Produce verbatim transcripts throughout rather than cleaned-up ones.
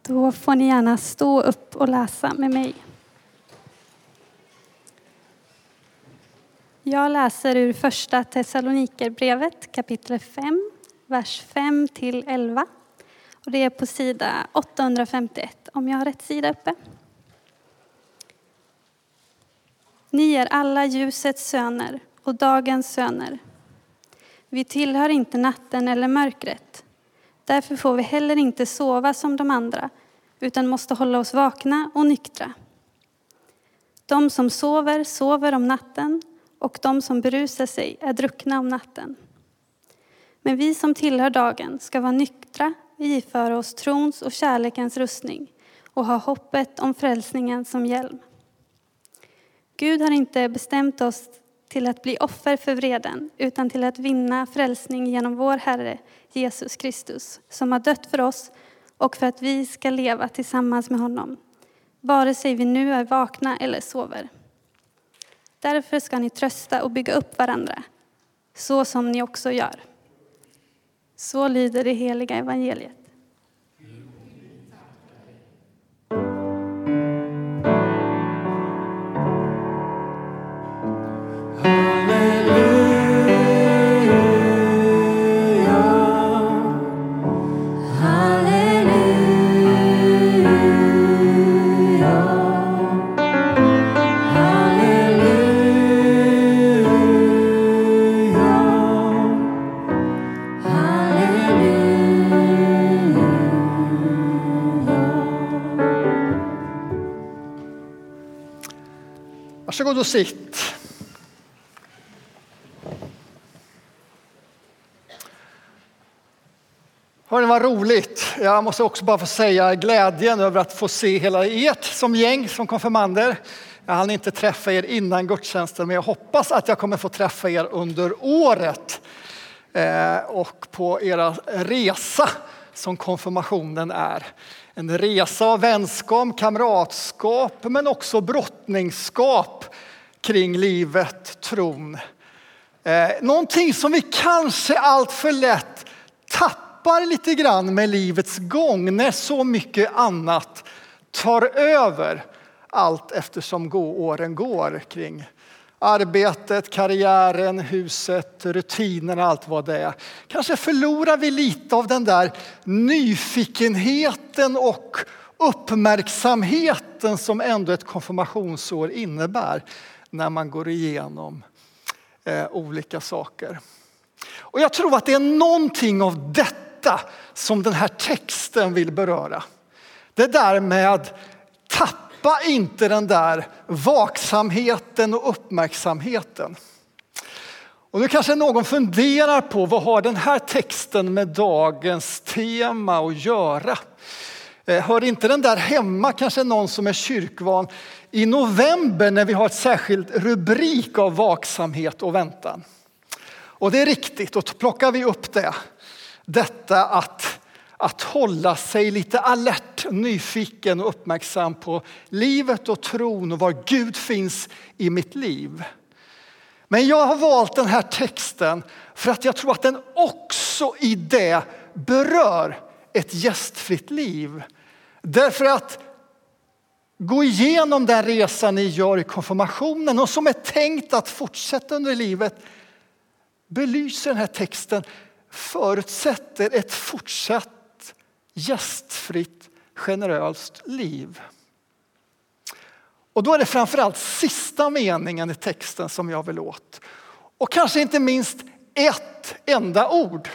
Då får ni gärna stå upp och läsa med mig. Jag läser ur första Thessalonikerbrevet kapitel fem, vers fem till elva. Och det är på sida åttahundrafemtioett, om jag har rätt sida uppe. Ni är alla ljusets söner och dagens söner. Vi tillhör inte natten eller mörkret. Därför får vi heller inte sova som de andra, utan måste hålla oss vakna och nyktra. De som sover, sover om natten, och de som berusar sig är druckna om natten. Men vi som tillhör dagen ska vara nyktra, iföra oss trons och kärlekens rustning och ha hoppet om frälsningen som hjälm. Gud har inte bestämt oss till att bli offer för vreden, utan till att vinna frälsning genom vår Herre Jesus Kristus, som har dött för oss och för att vi ska leva tillsammans med honom, vare sig vi nu är vakna eller sover. Därför ska ni trösta och bygga upp varandra, så som ni också gör. Så lyder det heliga evangeliet. Varsågod och sitt. Hörrni, vad roligt. Jag måste också bara få säga glädjen över att få se hela ert som gäng, som konfirmander. Jag hann inte träffa er innan gudstjänsten, men jag hoppas att jag kommer få träffa er under året. Eh, och på era resa som konfirmationen är. En resa av vänskap, kamratskap, men också brottningsskap kring livet, tron. Eh, någonting som vi kanske allt för lätt tappar lite grann med livets gång när så mycket annat tar över allt eftersom åren går kring arbetet, karriären, huset, rutinerna, allt vad det är. Kanske förlorar vi lite av den där nyfikenheten och uppmärksamheten som ändå ett konfirmationsår innebär när man går igenom eh, olika saker. Och jag tror att det är någonting av detta som den här texten vill beröra. Det där med tappa inte den där vaksamheten och uppmärksamheten. Och nu kanske någon funderar på vad har den här texten med dagens tema att göra? Hör inte den där hemma, kanske någon som är kyrkvan, i november när vi har ett särskilt rubrik av vaksamhet och väntan. Och det är riktigt, och då plockar vi upp det. Detta att, att hålla sig lite alert, nyfiken och uppmärksam på livet och tron och var Gud finns i mitt liv. Men jag har valt den här texten för att jag tror att den också i det berör ett gästfritt liv. Därför att gå igenom den resan ni gör i konfirmationen och som är tänkt att fortsätta under livet belyser den här texten, förutsätter ett fortsatt gästfritt, generöst liv. Och då är det framförallt sista meningen i texten som jag vill åt. Och kanske inte minst ett enda ord.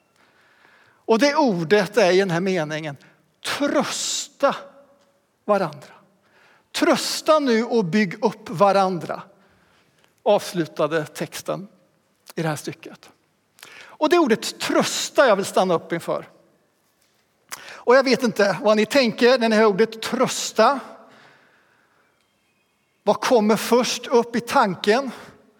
Och det ordet är i den här meningen: trösta varandra. Trösta nu och bygg upp varandra. Avslutade texten i det här stycket. Och det ordet trösta jag vill stanna upp inför. Och jag vet inte vad ni tänker när ni hör ordet trösta. Vad kommer först upp i tanken?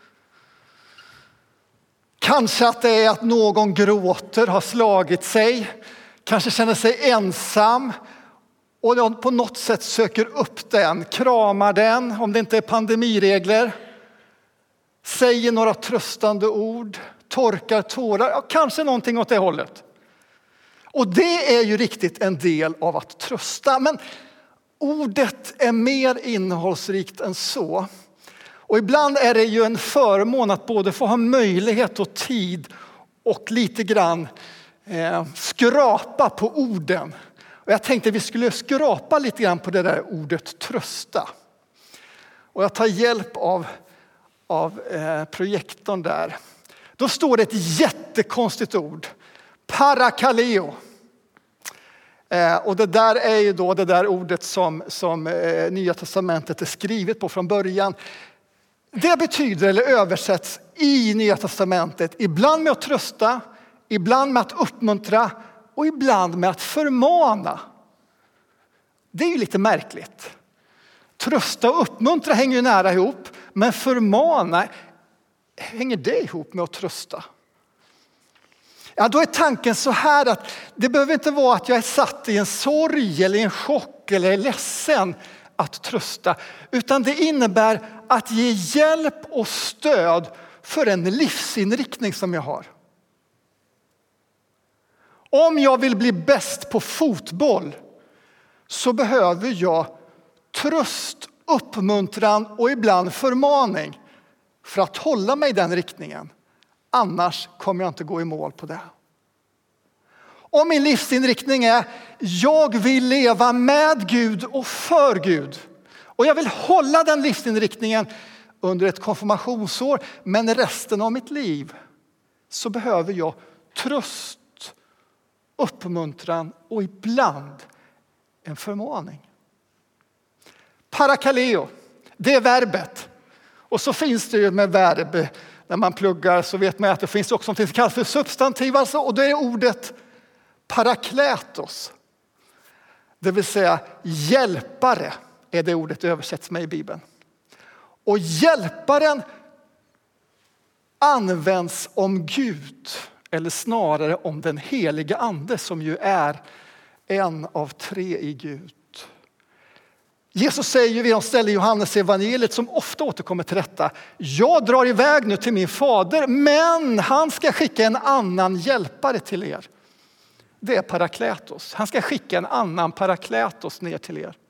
Kanske att det är att någon gråter, har slagit sig. Kanske känner sig ensam. Och på något sätt söker upp den, kramar den om det inte är pandemiregler. Säger några tröstande ord, torkar tårar, ja, kanske någonting åt det hållet. Och det är ju riktigt en del av att trösta. Men ordet är mer innehållsrikt än så. Och ibland är det ju en förmån att både få ha möjlighet och tid och lite grann eh, skrapa på orden. Och jag tänkte att vi skulle skrapa lite grann på det där ordet trösta. Och jag tar hjälp av, av eh, projektorn där. Då står det ett jättekonstigt ord. Parakaleo. Eh, och det där är ju då det där ordet som, som eh, Nya testamentet är skrivet på från början. Det betyder, eller översätts i Nya testamentet, ibland med att trösta, ibland med att uppmuntra och ibland med att förmana. Det är ju lite märkligt. Trösta och uppmuntra hänger ju nära ihop, men förmana, hänger det ihop med att trösta? Ja, då är tanken så här att det behöver inte vara att jag är satt i en sorg eller en chock eller är ledsen att trösta, utan det innebär att ge hjälp och stöd för en livsinriktning som jag har. Om jag vill bli bäst på fotboll så behöver jag tröst, uppmuntran och ibland förmaning för att hålla mig i den riktningen. Annars kommer jag inte gå i mål på det. Om min livsinriktning är jag vill leva med Gud och för Gud. Och jag vill hålla den livsinriktningen under ett konfirmationsår, men resten av mitt liv så behöver jag tröst, uppmuntran och ibland en förmaning. Parakaleo, det är verbet. Och så finns det ju med verb, när man pluggar så vet man att det finns också något som kallas för substantiv, alltså, och det är ordet parakletos. Det vill säga hjälpare är det ordet översätts med i Bibeln. Och hjälparen används om Gud, eller snarare om den heliga ande som ju är en av tre i Gud. Jesus säger vid ett ställe i Johannes evangeliet som ofta återkommer till detta. Jag drar iväg nu till min fader, men han ska skicka en annan hjälpare till er. Det är parakletos. Han ska skicka en annan parakletos ner till er.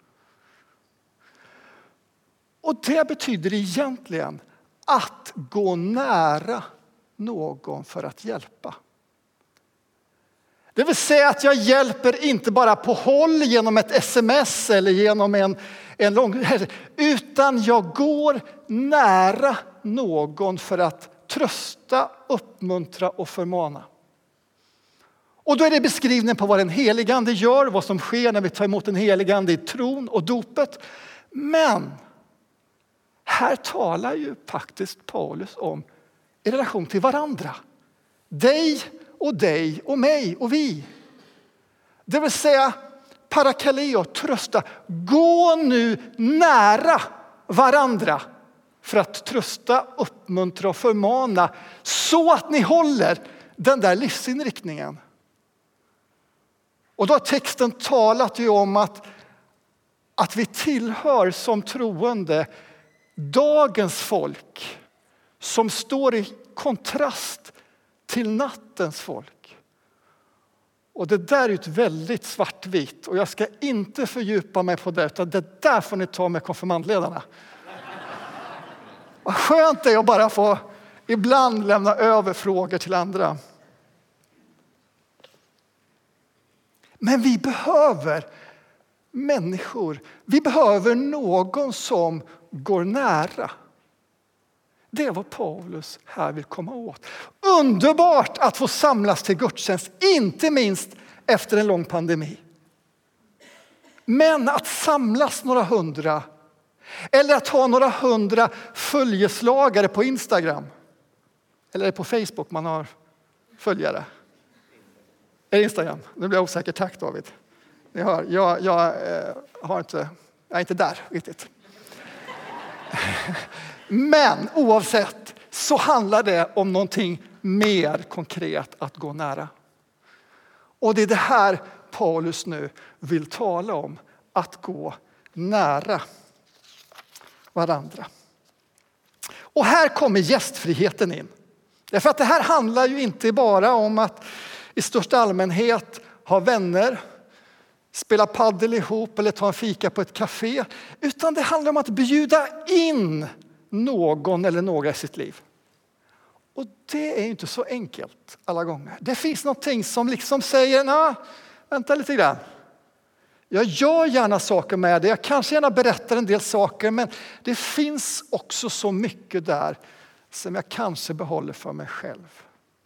Och det betyder egentligen att gå nära någon för att hjälpa. Det vill säga att jag hjälper inte bara på håll genom ett sms eller genom en, en lång... Utan jag går nära någon för att trösta, uppmuntra och förmana. Och då är det beskrivningen på vad den helige ande gör, vad som sker när vi tar emot den helige ande i tron och dopet. Men här talar ju faktiskt Paulus om i relation till varandra. Dig och dig och mig och vi. Det vill säga parakaleo, trösta. Gå nu nära varandra för att trösta, uppmuntra och förmana så att ni håller den där livsinriktningen. Och då har texten talat ju om att, att vi tillhör som troende dagens folk som står i kontrast till nattens folk. Och det där är ett väldigt svartvitt. Och jag ska inte fördjupa mig på det, utan det där får ni ta med konfirmandledarna. Vad skönt det är att bara få ibland lämna över frågor till andra. Men vi behöver människor. Vi behöver någon som går nära. Det är vad Paulus här vill komma åt. Underbart att få samlas till gudstjänst, inte minst efter en lång pandemi. Men att samlas några hundra, eller att ha några hundra följeslagare på Instagram. Eller är det på Facebook man har följare? Är det Instagram? Nu blir jag osäker. Tack David. Ni hör, jag, jag, eh, har inte, jag är inte där riktigt. Men oavsett så handlar det om någonting mer konkret att gå nära. Och det är det här Paulus nu vill tala om. Att gå nära varandra. Och här kommer gästfriheten in. Därför att det här handlar ju inte bara om att i största allmänhet ha vänner, spela paddel ihop eller ta en fika på ett café. Utan det handlar om att bjuda in någon eller några i sitt liv. Och det är inte så enkelt alla gånger. Det finns någonting som liksom säger, nej, vänta lite grann. Jag gör gärna saker med det, jag kanske gärna berättar en del saker, men det finns också så mycket där som jag kanske behåller för mig själv.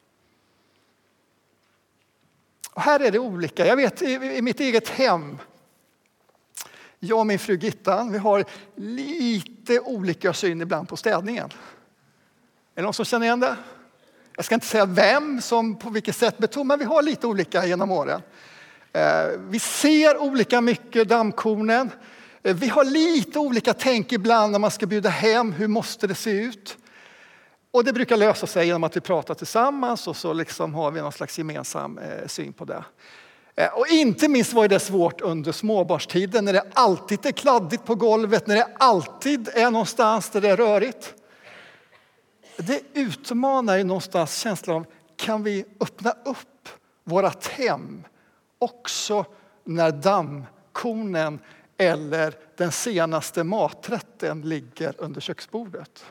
Och här är det olika. Jag vet i mitt eget hem, jag och min fru Gittan, vi har lite olika syn ibland på städningen. Är det någon som känner igen det? Jag ska inte säga vem som på vilket sätt betonar, men vi har lite olika genom åren. Vi ser olika mycket dammkornen. Vi har lite olika tänk ibland när man ska bjuda hem. Hur måste det se ut? Och det brukar lösa sig genom att vi pratar tillsammans och så liksom har vi någon slags gemensam syn på det. Och inte minst var det svårt under småbarnstiden när det alltid är kladdigt på golvet, när det alltid är någonstans där det är rörigt. Det utmanar ju någonstans känslan av, kan vi öppna upp vårat hem också när dammkornen eller den senaste maträtten ligger under köksbordet?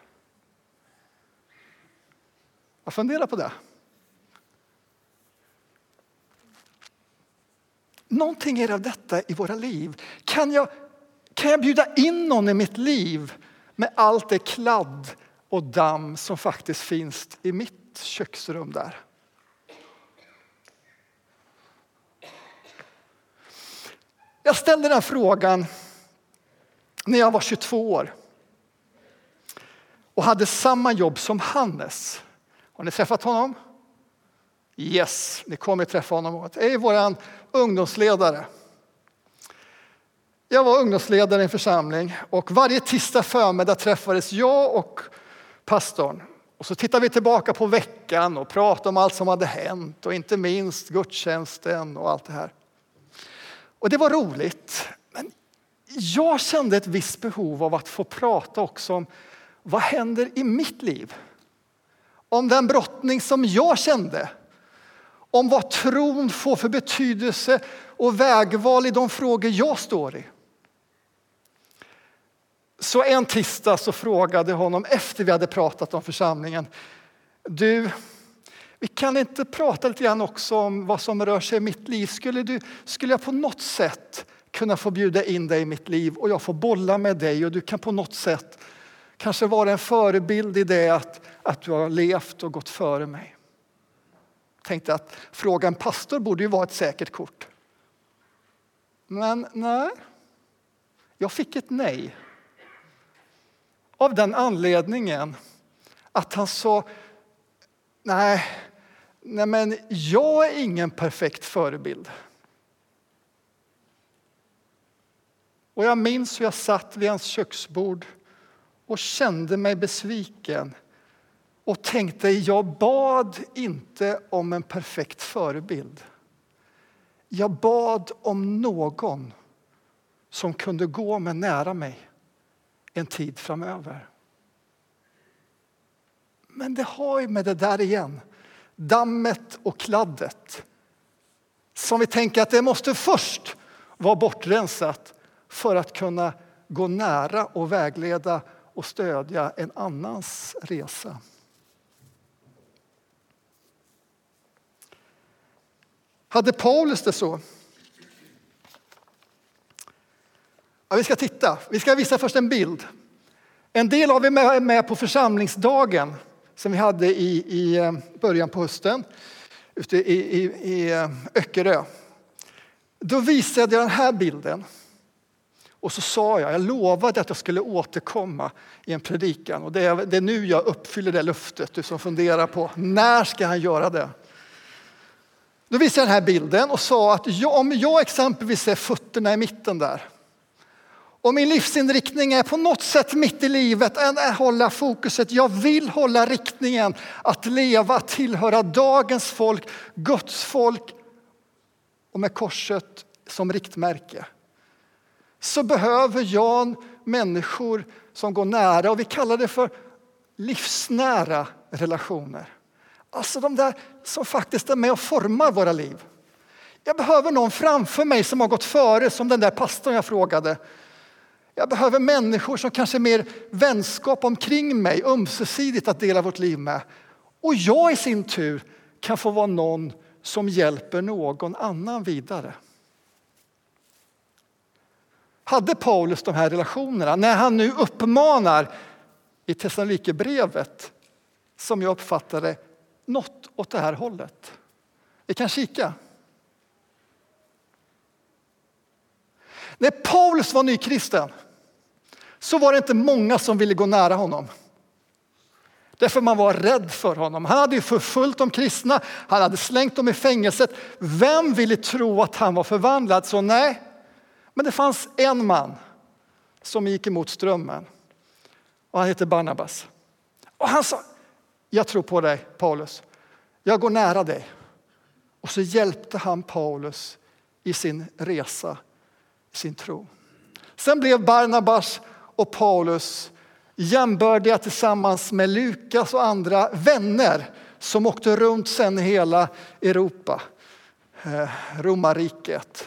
Jag funderar på det. Någonting är av detta i våra liv. Kan jag, kan jag bjuda in någon i mitt liv med allt det kladd och damm som faktiskt finns i mitt köksrum där? Jag ställde den frågan när jag var tjugotvå år och hade samma jobb som Hannes. Har ni träffat honom? Yes, ni kommer träffa honom. Det är vår ungdomsledare. Jag var ungdomsledare i en församling och varje tisdag förmiddag träffades jag och pastorn. Och så tittar vi tillbaka på veckan och pratar om allt som hade hänt och inte minst gudstjänsten och allt det här. Och det var roligt, men jag kände ett visst behov av att få prata också om vad händer i mitt liv. Om den brottning som jag kände. Om vad tron får för betydelse och vägval i de frågor jag står i. Så en tisdag så frågade jag honom efter vi hade pratat om församlingen. Du, vi kan inte prata lite grann också om vad som rör sig i mitt liv. Skulle, du, skulle jag på något sätt kunna få bjuda in dig i mitt liv och jag får bolla med dig och du kan på något sätt kanske vara en förebild i det att, att du har levt och gått före mig. Tänkte att frågan pastor borde ju vara ett säkert kort. Men nej, jag fick ett nej. Av den anledningen att han sa, nej, nej men jag är ingen perfekt förebild. Och jag minns hur jag satt vid hans köksbord och kände mig besviken. Och tänkte, jag bad inte om en perfekt förebild. Jag bad om någon som kunde gå med nära mig en tid framöver. Men det har ju med det där igen. Dammet och kladdet. Som vi tänker att det måste först vara bortrensat för att kunna gå nära och vägleda och stödja en annans resa. Hade Paulus det så? Ja, vi ska titta. Vi ska visa först en bild. En del av er är med på församlingsdagen som vi hade i, i början på hösten ute i, i, i Öckerö. Då visade jag den här bilden. Och så sa jag, jag lovade att jag skulle återkomma i en predikan. Och det är, det är nu jag uppfyller det löftet, du som funderar på när ska han göra det. Då visade jag den här bilden och sa att jag, om jag exempelvis ser fötterna i mitten där. Och min livsinriktning är på något sätt mitt i livet att hålla fokuset. Jag vill hålla riktningen att leva, tillhöra dagens folk, Guds folk och med korset som riktmärke. Så behöver jag människor som går nära och vi kallar det för livsnära relationer. Alltså de där som faktiskt är med och formar våra liv. Jag behöver någon framför mig som har gått före, som den där pastorn jag frågade. Jag behöver människor som kanske är mer vänskap omkring mig, ömsesidigt att dela vårt liv med. Och jag i sin tur kan få vara någon som hjälper någon annan vidare. Hade Paulus de här relationerna när han nu uppmanar i Thessalonikerbrevet, som jag uppfattade, något åt det här hållet? Vi kan kika. När Paulus var nykristen så var det inte många som ville gå nära honom. Därför man var rädd för honom. Han hade ju förföljt de kristna. Han hade slängt dem i fängelset. Vem ville tro att han var förvandlad? Så nej. Men det fanns en man som gick emot strömmen. Och han heter Barnabas. Och han sa, jag tror på dig Paulus. Jag går nära dig. Och så hjälpte han Paulus i sin resa, i sin tro. Sen blev Barnabas och Paulus jämbördiga tillsammans med Lukas och andra vänner som åkte runt sen i hela Europa, Romarriket.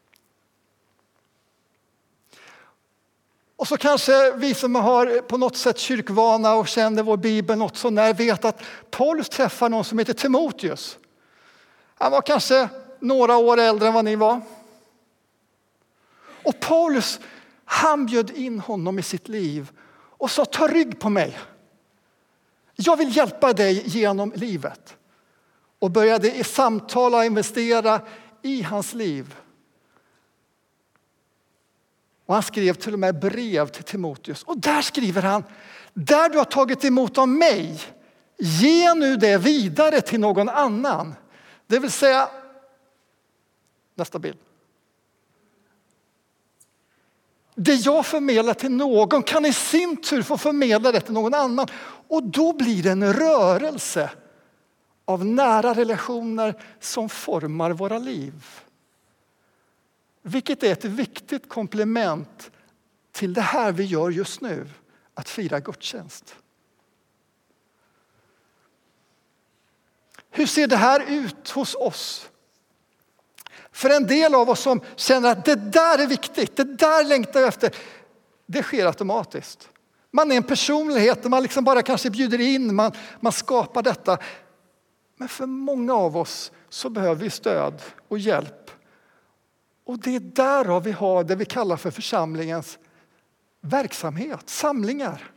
Och så kanske vi som har på något sätt kyrkvana och känner vår bibel något så när vet att Paulus träffar någon som heter Timoteus. Han var kanske några år äldre än vad ni var. Och Paulus, han bjöd in honom i sitt liv och sa, ta rygg på mig. Jag vill hjälpa dig genom livet. Och började samtala och investera i hans liv. Och han skrev till och med brev till Timoteus. Och där skriver han, där du har tagit emot av mig, ge nu det vidare till någon annan. Det vill säga, nästa bild. Det jag förmedlar till någon kan i sin tur få förmedla det till någon annan. Och då blir det en rörelse av nära relationer som formar våra liv. Vilket är ett viktigt komplement till det här vi gör just nu, att fira gudstjänst. Hur ser det här ut hos oss? För en del av oss som känner att det där är viktigt, det där längtar jag efter, det sker automatiskt. Man är en personlighet och man liksom bara kanske bjuder in, man, man skapar detta. Men för många av oss så behöver vi stöd och hjälp. Och det är därav vi har det vi kallar för församlingens verksamhet, samlingar.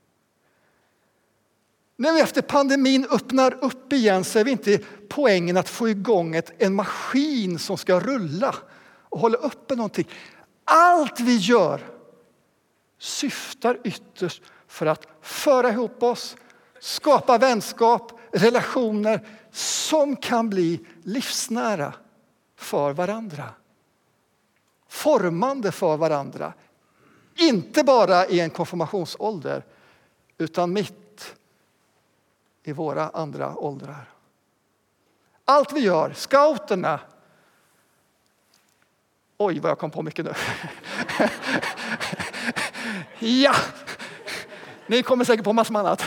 När vi efter pandemin öppnar upp igen så är vi inte poängen att få igång ett, en maskin som ska rulla och hålla uppe någonting. Allt vi gör syftar ytterst för att föra ihop oss, skapa vänskap, relationer som kan bli livsnära för varandra. Formande för varandra. Inte bara i en konfirmationsålder utan mitt i våra andra åldrar. Allt vi gör, scouterna. Oj, vad jag kom på mycket nu. Ja, ni kommer säkert på massor med annat.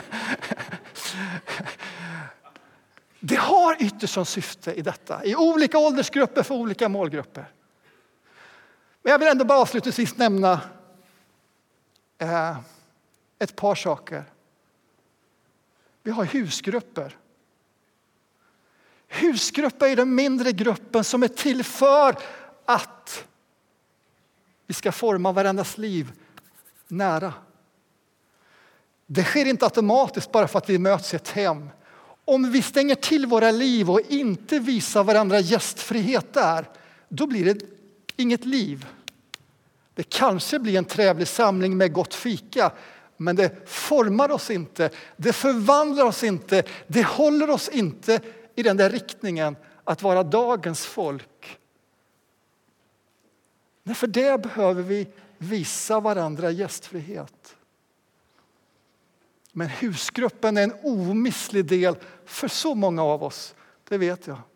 Det har ytterst som syfte i detta. I olika åldersgrupper för olika målgrupper. Men jag vill ändå bara avslutningsvis nämna eh, ett par saker. Vi har husgrupper. Husgrupper är den mindre gruppen som är till för att vi ska forma varandras liv nära. Det sker inte automatiskt bara för att vi möts i ett hem. Om vi stänger till våra liv och inte visar varandra gästfrihet där, då blir det inget liv. Det kanske blir en trevlig samling med gott fika, men det formar oss inte, det förvandlar oss inte, det håller oss inte i den där riktningen att vara dagens folk. Nej, för det behöver vi visa varandra gästfrihet. Men husgruppen är en omisslig del för så många av oss, det vet jag.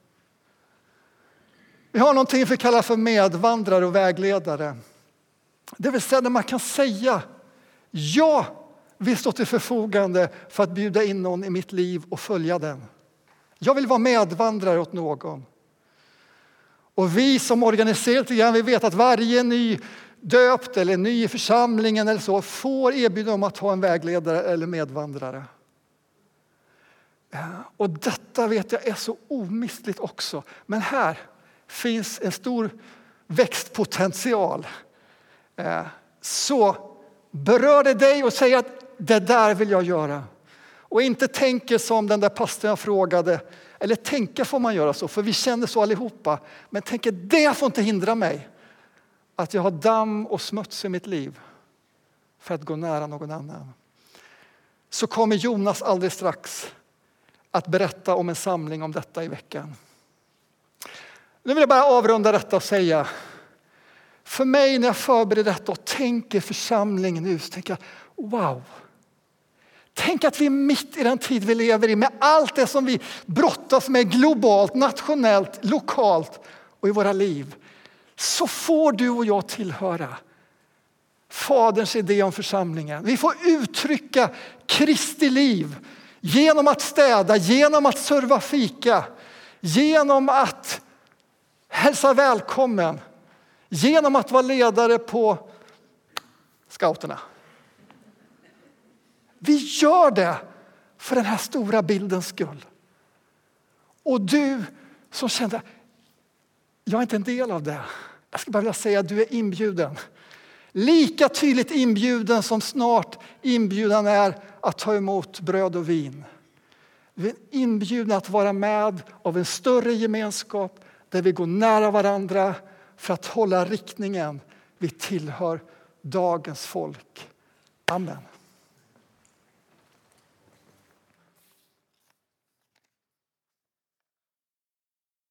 Vi har någonting vi kallar för medvandrare och vägledare. Det vill säga när man kan säga, ja, vi står till förfogande för att bjuda in någon i mitt liv och följa den. Jag vill vara medvandrare åt någon. Och vi som organiserat igen, vi vet att varje ny döpt eller ny i församlingen eller så får erbjuda om att ha en vägledare eller medvandrare. Och detta vet jag är så omistligt också. Men här finns en stor växtpotential. Så berör det dig och säg att det där vill jag göra. Och inte tänka som den där pastorn jag frågade. Eller tänka får man göra så, för vi känner så allihopa. Men tänka, det får inte hindra mig. Att jag har damm och smuts i mitt liv. För att gå nära någon annan. Så kommer Jonas alldeles strax att berätta om en samling om detta i veckan. Nu vill jag bara avrunda detta och säga. För mig när jag förbereder detta och tänker församlingen nu, så tänker jag, wow. Tänk att vi är mitt i den tid vi lever i med allt det som vi brottas med globalt, nationellt, lokalt och i våra liv. Så får du och jag tillhöra Faderns idé om församlingen. Vi får uttrycka Kristi liv genom att städa, genom att serva fika, genom att hälsa välkommen, genom att vara ledare på scouterna. Vi gör det för den här stora bildens skull. Och du som kände, jag är inte en del av det. Jag ska bara vilja säga att du är inbjuden. Lika tydligt inbjuden som snart inbjudan är att ta emot bröd och vin. Vi är inbjudna att vara med av en större gemenskap där vi går nära varandra för att hålla riktningen. Vi tillhör dagens folk. Amen.